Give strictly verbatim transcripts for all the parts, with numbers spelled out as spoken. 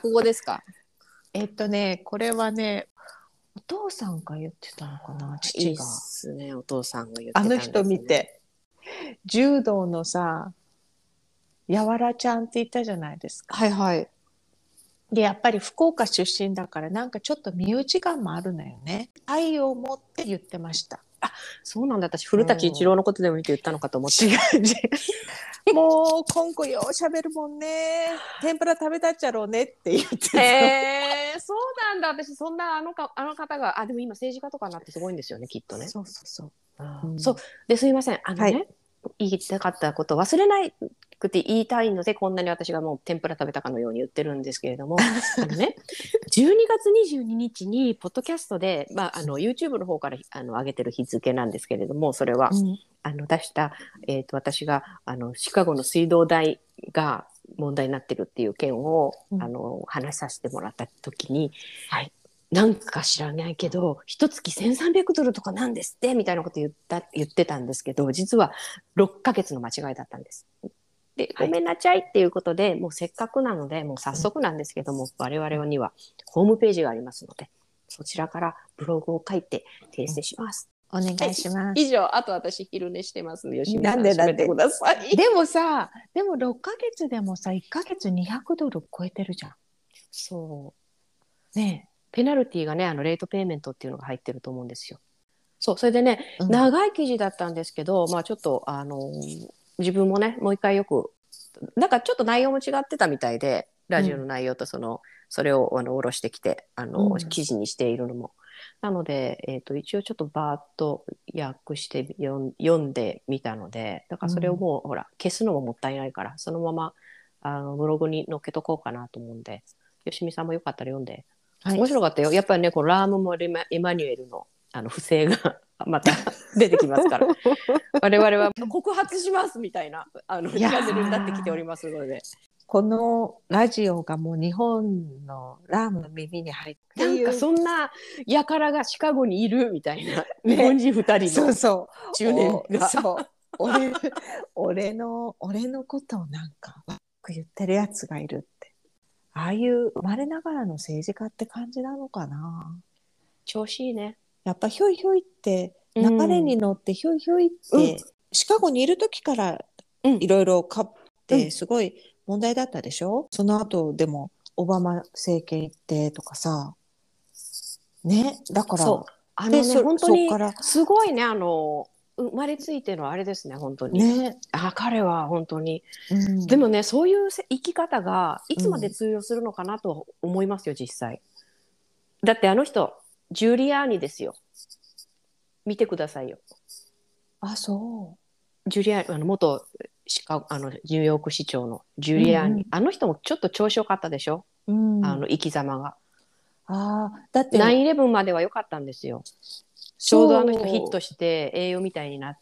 落語ですか？ えっとねこれはねお父さんが言ってたのかな、父が。 いいっすね、お父さんが言ってあたんですね。 の人見て柔道のさやわらちゃんって言ったじゃないですか。 はいはい。 でやっぱり福岡出身だからなんかちょっと身内感もあるのよね。愛を持って言ってました。 あ、そうなんだ。私古舘一郎のことでも見て言ったのかと思って。 違う違う。もう今後ようしゃべるもんね。天ぷら食べたっちゃろうねって言ってた。 へえ、そうなんだ。私そんなあのかあの方が、あ、でも今政治家とかになってすごいんですよね、きっとね。 そうそうそう。 あ、 うん、 そうですいません、あのね、 はい。 言いたかったこと忘れないくて言いたいので、こんなに私がもう天ぷら食べたかのように言ってるんですけれども、あのね、じゅうにがつにじゅうににちにポッドキャストで、まあ、あの YouTube の方からあの上げてる日付なんですけれども、それは、 うん、 あの出した、えー、と私があのシカゴの水道代が問題になってるっていう件を、 うん、 あの話させてもらった時に、 はい。 なんか知らないけど一月せんさんびゃくドルとかなんですってみたいなこと言った言ってたんですけど、実はろっかげつの間違いだったんです。で、 はい。 ごめんなちゃいっていうことで、もうせっかくなのでもう早速なんですけども、我々にはホームページがありますので、そちらからブログを書いて訂正します。 お願いします。 以上、あと私昼寝してますので、吉見さなんんでなんで締めてください。 でもさ、でもろっかげつでもさ、いっかげつにひゃくドル超えてるじゃん。 そうねペナルティがね、あのレートペイメントっていうのが入ってると思うんですよ。そう、それでね、 え。うん。 長い記事だったんですけど、まあちょっと、あのー自分もね、もう一回よく、なんかちょっと内容も違ってたみたいで、ラジオの内容とその、それをあの下ろしてきて、あの、 うん記事にしているのも。なので、えっと、一応ちょっとバーッと訳して読ん読んでみたので、だからそれをもう、ほら、消すのももったいないから、そのまま、あの、ブログに載っけとこうかなと思うんで、よしみさんもよかったら読んで。 はい。 面白かったよ。やっぱりね、こうラームもエマエマニュエルのあの不正がまた出てきますから、我々は告発しますみたいなあのチいやーャンネルになってきておりますので、 このラジオがもう日本のラームの耳に入ってなんかいう。 そんな輩がシカゴにいるみたいな、 ね、 日本人ふたりのそうそう中年が。 そう俺俺の俺のことをなんか言ってるやつがいるって、ああいう生まれながらの政治家って感じなのかな。 調子いいね。 やっぱひょいひょいってう流れん、 に乗ってひょいひょいっうん、 て、シカゴにいる時からうん、 いろいろかっうん、 てすごい問題だったでしょ。その後でもオバマ政権行ってとかさね。だからそう。あのね、 でそ本当にそっからすごいね、あの、生まれついてのあれですね、本当に。 ね、 あ、彼は本当に。 うん、 でもね、そういう生き方がいつまでうん、 通用するのかなと思いますよ、実際。だってあの人、ジュリアーニですよ。見てくださいよ。 あ、そジュリアーニ、あの元シカあのニューヨーク市長のジュう、うリアーニ。 ん、 あの人もちょっと調子よかったでしょ、 うんうん、 あの生き様が。 ああだってナインイレブンまでは良かったんですよ。ちょうどあの人ヒットそうして栄養みたいになって、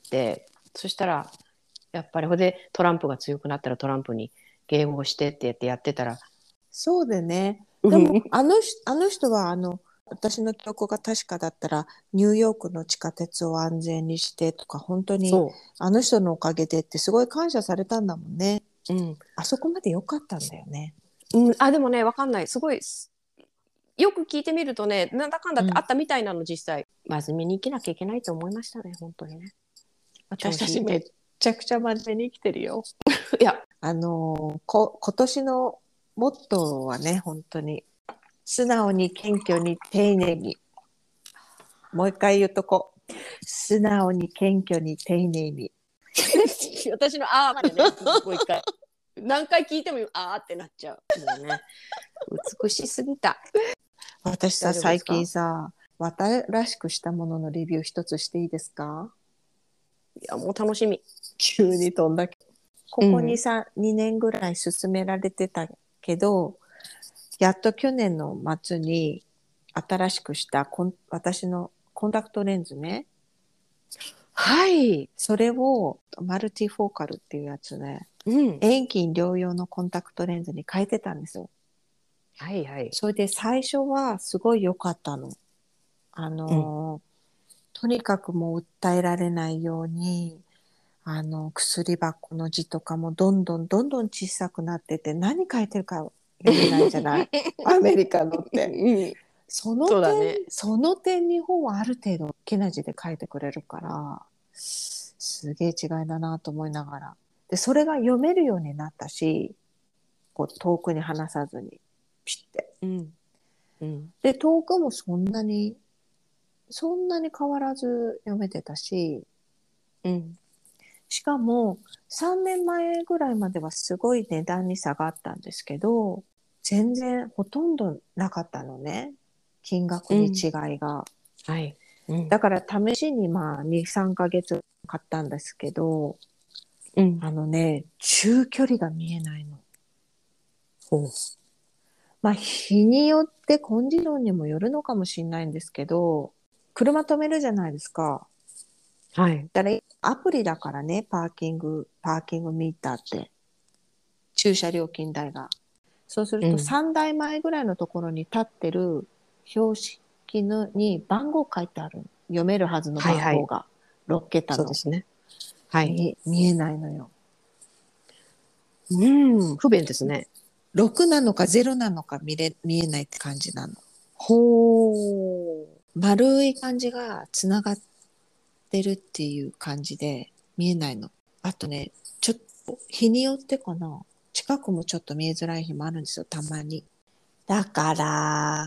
そしたらやっぱりほでトランプが強くなったらトランプに迎合してって言ってやってたら、 そうでね。でもうんあのしあの人はあの私の記憶が確かだったらニューヨークの地下鉄を安全にしてとか本当にそあの人のおかげでってすごい感謝されたんだもんね。 う、うんあそこまで良かったんだよね。 うん、あでもね、わかんない、すごいよく聞いてみるとね、なんだかんだってあうん、 ったみたいなの、実際真面目に生きなきゃいけないと思いましたね、本当にね。調私た子いいと。 ちめっちゃくちゃ真面目に生きてるよ。 いや、 あのこ今年のモットーはね本当に素直に謙虚に丁寧に、もう一回言うとこ素直に謙虚に丁寧に。 私のあーまでね、もう一回何回聞いてもあーってなっちゃう。もうね、美しすぎた。 私さ大丈夫ですか？ 最近さ新しくしたもののレビュー一つしていいですか。 いや、もう楽しみ。 急に飛んだけどここにさ、うん、にねんぐらい進められてたけどやっと去年の末に新しくしたコン私のコンタクトレンズね、 はい、 それをマルチフォーカルっていうやつね、 うん、 遠近両用のコンタクトレンズに変えてたんですよ。 はいはい、 それで最初はすごい良かったの。あの、うん、とにかくもう訴えられないようにあの薬箱の字とかもどんどんどんどん小さくなってて何書いてるか読めないじゃないアメリカのって。 うんその点、 そうだね。 その点日本はある程度大きな字で書いてくれるからすげえ違いだなと思いながら。で、それが読めるようになったし、こう遠くに離さずにピッて。 うんうん、 で、遠くもそんなに、そんなに変わらず読めてたし、 うん、 しかもさんねんまえぐらいまではすごい値段に差があったんですけど、全然ほとんどなかったのね。金額に違いが。 はい。うん、 だから試しにまあに、さんかげつ買ったんですけど、 うん、 あのね、中距離が見えないの。 ほう。 まあ日によってコンディションにもよるのかもしれないんですけど、車止めるじゃないですか。 はい。 だからアプリだからね、パーキング、パーキングミーターって、駐車料金代が。そうするとうん、 さんだいまえぐらいのところに立ってる標識のに番号書いてある。読めるはずのはいはい。 番号がろっけたの。 そうですね。はい。 見見えないのよ。 うん、不便ですね。 ろくなのかゼロなのか見れ見えないって感じなの。 ほう。 丸い感じがつながってるっていう感じで見えないの。あとね、ちょっと日によってかな。近くもちょっと見えづらい日もあるんですよ、たまに。だから、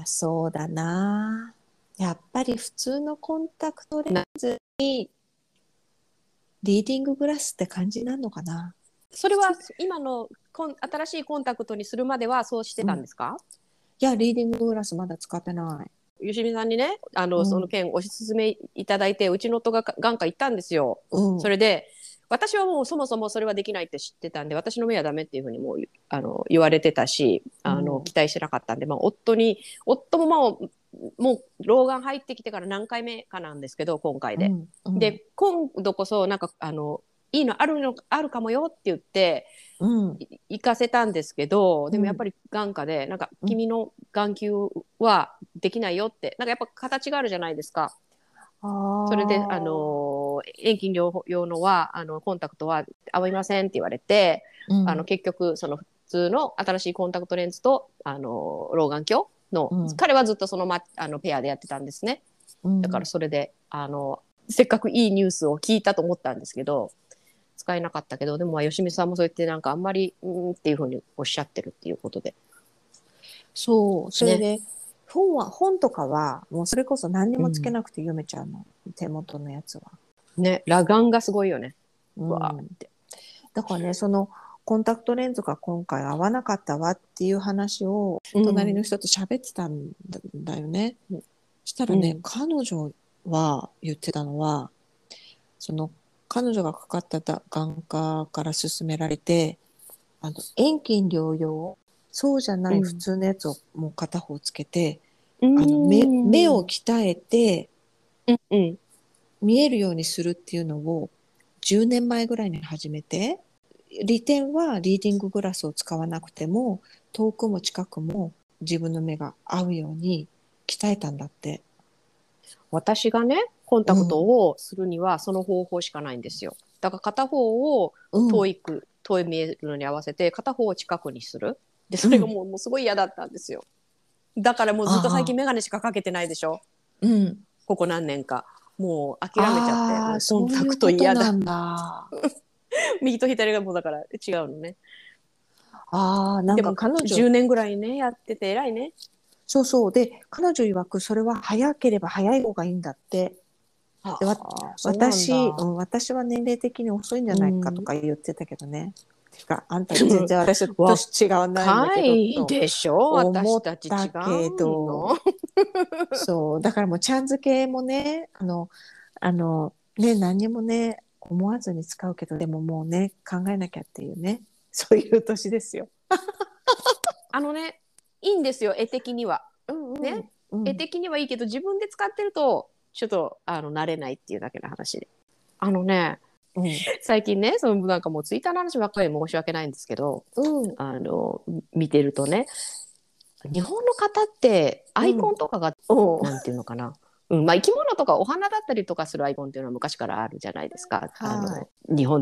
そうだな。やっぱり普通のコンタクトレンズにリーディンググラスって感じなのかな。 それは今のコン新しいコンタクトにするまではそうしてうん。いたんですか？ や、リーディンググラスまだ使ってない。 吉見さんにね、あの、 うん。 その件お勧めいただいて、うちの夫が眼科行ったんですよ。 うん。 それで、私はもうそもそもそれはできないって知ってたんで、私の目はダメっていうふうにもうあの言われてたし、あのうん。 期待してなかったんで、まあ、夫に、夫ももう、もう老眼入ってきてから何回目かなんですけど、今回で。 うん。うん。 で、今度こそ、なんか、あの、いいのあるの、あるかもよって言って、 うん。 行かせたんですけど、でもやっうん。 ぱり眼科でなんかうん。 君の眼球はできないよって、なんかやっぱ形があるじゃないですか。 あそれでああ。 の遠近療用のはあのコンタクトは合いませんって言われて、あのうん。 結局その普通の新しいコンタクトレンズとあの老眼鏡の、 うん。 彼はずっとその、ま、あのペアでやってたんですね。だからうん。 それであのせっかくいいニュースを聞いたと思ったんですけど、使えなかったけど、でもまあ吉見さんもそう言ってなんかあんまりうんっていうふうにおっしゃってるっていうことでそう。それね。 で、本は、本とかは、もうそれこそ何にもつけうん、 なくて読めちゃうの。手元のやつは。 ね、裸眼がすごいよね。 うわーっん。 て。 だからね、その、コンタクトレンズが今回合わなかったわっていう話を、 うん、 隣の人と喋ってたんだよね。したらね、 うん、 彼女は言ってたのは、その、彼女がかかった眼科から勧められて、あの、遠近療養、そうじゃない普うん、 通のやつをもう片方つけて、 うあの、目、目をん、 鍛えてうん、うん。 見えるようにするっていうのをじゅうねんまえぐらいに始めて、利点はリーディンググラスを使わなくても、遠くも近くも自分の目が合うように鍛えたんだって。 私がね、コンタクトうん、 をするにはその方法しかないんですよ。だから片方をうん、 遠いく、遠い見えるのに合わせて、片方を近くにする。で、それがうん。 もう、もうすごい嫌だったんですよ。だからもうずっと最近ああ、 メガネしかかけてないでしょ。 うん。 ここ何年か。もう諦めちゃって、 ああ、 もうコンそういうタクトことな嫌だ。 んだ。 右と左がもうだから違うのね。 ああ、なんかでも彼女、 じゅうねんぐらいね、やってて偉いね。 そうそう。で、彼女曰くそれは早ければ早い方がいいんだって。で、わ、 はあ、そうなん私、うだ。 ん、私は年齢的に遅いんじゃうないかとん。 か言ってたけどね。てか、あんた全然私と年違わないんだ若けど、といでしょ、私思ったち違たけうの。 ど、そう。だからもうちゃん付けもね、あの、あの、ね、何にもね、思わずに使うけど、でももうね、考えなきゃっていうね、そういう年ですよ。 あのね、いいんですよ、絵的には。 うんうん。 ね。絵うん。 的にはいいけど、自分で使ってると、ちょっと、あの、慣れないっていうだけの話で。あのね、 うん。 最近ね、そのなんかもうツイッターの話ばっかりで申し訳ないんですけど、 うん。 あの、見てるとね、日本の方ってアイうん。 コンとかが、 うん。 なんていうのかな。うん、まあ生き物とかお花だったりとかするアイコンっていうのは昔からあるじゃないですか。あのはい。 日本でも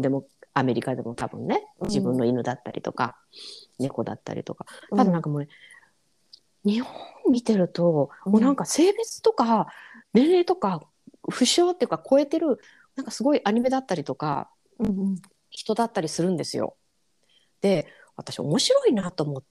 アメリカでも多分ね、自分の犬だったりとか、うん、猫だったりとか。ただなんかもう、ね、日本見てると、もうなんか性別とか年齢とか不詳っていうか超えてるなんかすごいアニメだったりとか、うんうん、人だったりするんですよ。で私面白いなと思って。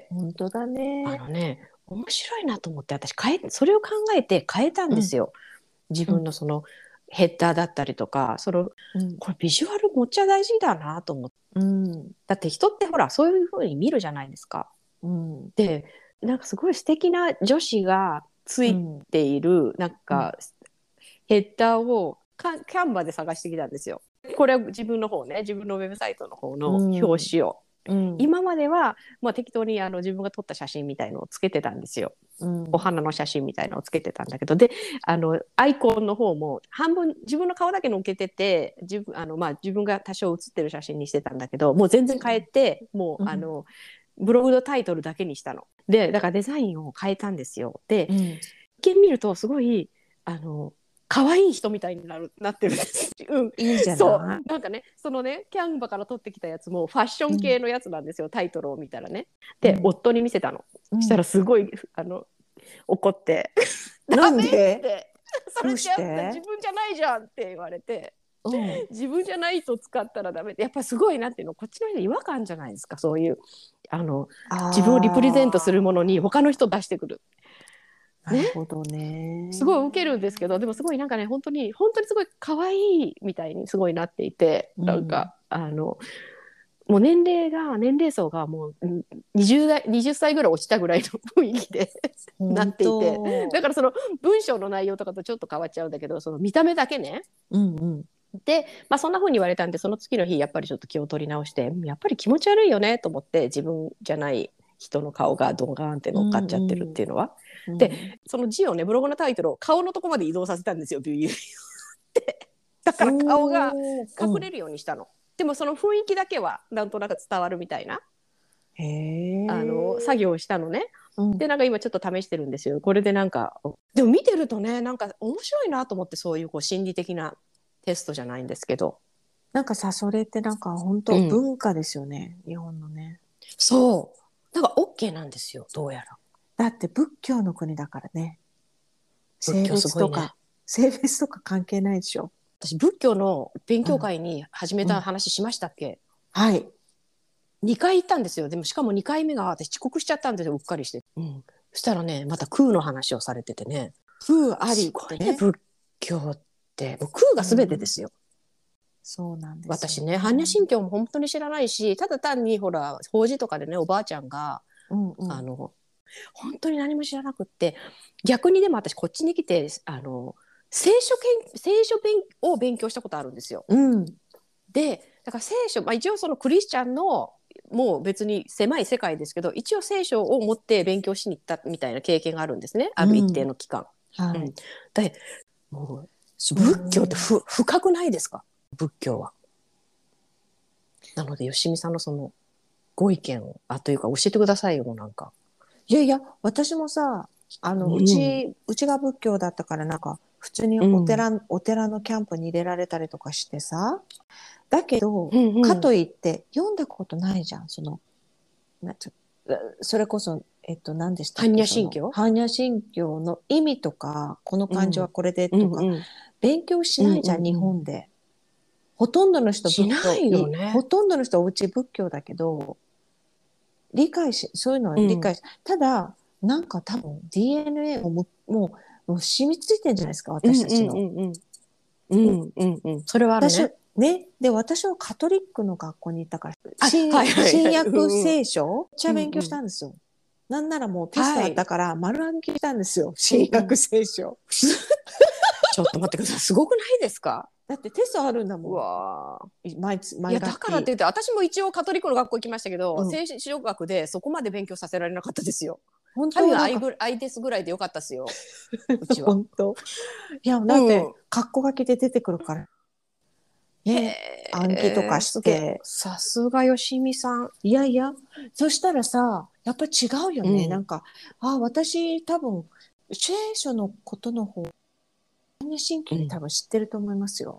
本当だね。 あのね面白いなと思って私変えそれを考えて変えたんですよ、うん、自分のそのヘッダーだったりとかその、うん、これビジュアルめっちゃ大事だなと思って、うん、だって人ってほらそういう風に見るじゃないですか、うん、でなんかすごい素敵な女子がついている、うん、なんか、うん、ヘッダーをキャンバで探してきたんですよ。これは自分の方ね自分のウェブサイトの方の表紙を、うん、今までは、まあ、適当にあの自分が撮った写真みたいのをつけてたんですよ、うん、お花の写真みたいのをつけてたんだけど、であのアイコンの方も半分自分の顔だけ載っけてて自分あの、まあ、自分が多少写ってる写真にしてたんだけどもう全然変えてもう、うん、あのブログのタイトルだけにしたのでだからデザインを変えたんですよ。で、うん、一見見るとすごいあの可愛い人みたいになるなってるんです、うん、 いいじゃない。 そうなんかねそのねキャンバから撮ってきたやつもファッション系のやつなんですよ、うん、タイトルを見たらね。で、うん、夫に見せたの、うん、したらすごいあの怒ってなんでってそれって自分じゃないじゃんって言われて、うん、自分じゃないと使ったらダメってやっぱりすごいなっていうのこっちの人違和感じゃないですか、そういうあの自分をリプレゼントするものに他の人出してくる。 なるほどね。 すごい受けるんですけどでもすごいなんかね本当に本当にすごい可愛いみたいにすごいなっていて、うん、なんかあのもう年齢が年齢層がもうにじゅう代にじゅっさいぐらい落ちたぐらいの雰囲気でなっていてだからその文章の内容とかとちょっと変わっちゃうんだけどその見た目だけね、うんうん、で、まあ、そんな風に言われたんでその次の日やっぱりちょっと気を取り直してやっぱり気持ち悪いよねと思って自分じゃない人の顔がドンガーンって乗っかっちゃってるっていうのは、うんうん、でその字をねブログのタイトルを顔のとこまで移動させたんですよビュービューってだから顔が隠れるようにしたの、うん、でもその雰囲気だけはなんとなく伝わるみたいなへあの作業をしたのね、うん、でなんか今ちょっと試してるんですよこれでなんかでも見てるとねなんか面白いなと思ってそういうこう心理的なテストじゃないんですけどなんかさそれってなんか本当文化ですよね、うん、日本のねそうなんか OK なんですよどうやらだって仏教の国だからね性別とか、ね、性別とか関係ないでしょ。 私仏教の勉強会に始めた話しましたっけ、 うんうん、はいにかい行ったんですよ。でもしかもにかいめが私遅刻しちゃったんですようっかりして、うん、そしたらねまた空の話をされててね空ありってね仏教ってもう空が全てですよ、うん、 そうなんですよ、ね、 私ね般若心経も本当に知らないしただ単にほら法事とかでねおばあちゃんが、うんうん、あの本当に何も知らなくって逆にでも私こっちに来てあの聖書けん聖書勉を勉強したことあるんですよ、うん、でだから聖書、まあ、一応そのクリスチャンのもう別に狭い世界ですけど一応聖書を持って勉強しに行ったみたいな経験があるんですねある一定の期間、うんはいうん、でもう仏教ってふ、うん、深くないですか仏教は。なので吉見さんのそのご意見をあというか教えてくださいよもうなんか。 いやいや私もさあの、うん、うちうちが仏教だったからなんか普通にお寺、うん、お寺のキャンプに入れられたりとかしてさだけど、うんうん、かといって読んだことないじゃんそのなちょそれこそえっと何でしたっけ般若心経般若心経の意味とかこの漢字はこれでとか、うんうんうん、勉強しないじゃん、うんうんうん、日本でほとんどの人仏教しないよねほとんどの人おうち仏教だけど理解しそういうのは理解し、うん、ただなんか多分 ディーエヌエー ももうもう染みついてんじゃないですか私たちの。 うんうんうんうんうん、それはあるね。 ねで私はカトリックの学校に行ったから新、はいはいはい、新約聖書めっちゃ勉強したんですよ、うんうん、なんならもうテストあったから丸暗記したんですよ、はい、新約聖書、うんうん、 ちょっと待ってくださいすごくないですかだってテストあるんだもん。うわ毎毎いやだからって言って私も一応カトリックの学校行きましたけど、うん、聖書学でそこまで勉強させられなかったですよ。本当神が愛ぐ愛ですぐらいでよかったですようちは。 本当いやだって括弧書きで出てくるからね暗記とかしてさすが吉見さん。 いやいやそしたらさやっぱり違うよね、うん、なんかあ私多分聖書のことの方般若心経で多分知ってると思いますよ、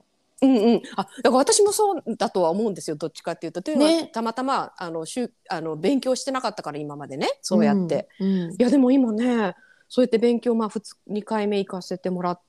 うんうん、あ、だから私もそうだとは思うんですよ。どっちかっていうと。というのは、 ね。 たまたまあのしゅあの勉強してなかったから今までね、そうやっうんて。 うんいやでも今ね、そうやって勉強まあふつにかいめ行かせてもらって、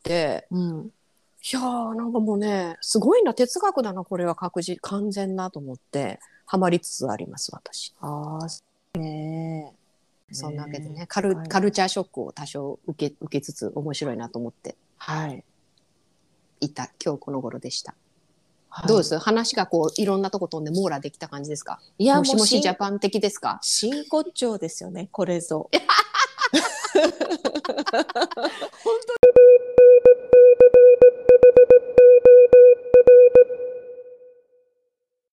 うん。 いやーなんかもうね、すごいな、哲学だなこれは、確実完全なと思ってハマりつつあります私。 ああ、ねえ。 そんなわけでねえ、 ね、カル、 深い。 カルチャーショックを多少受け、受けつつ面白いなと思ってはい。 いた今日この頃でした。 はい。 どうです話がこういろんなとこ飛んで網羅できた感じですか？ いや、 もしもしジもう真、 ャパン的ですか？ 真骨頂ですよね、これぞ。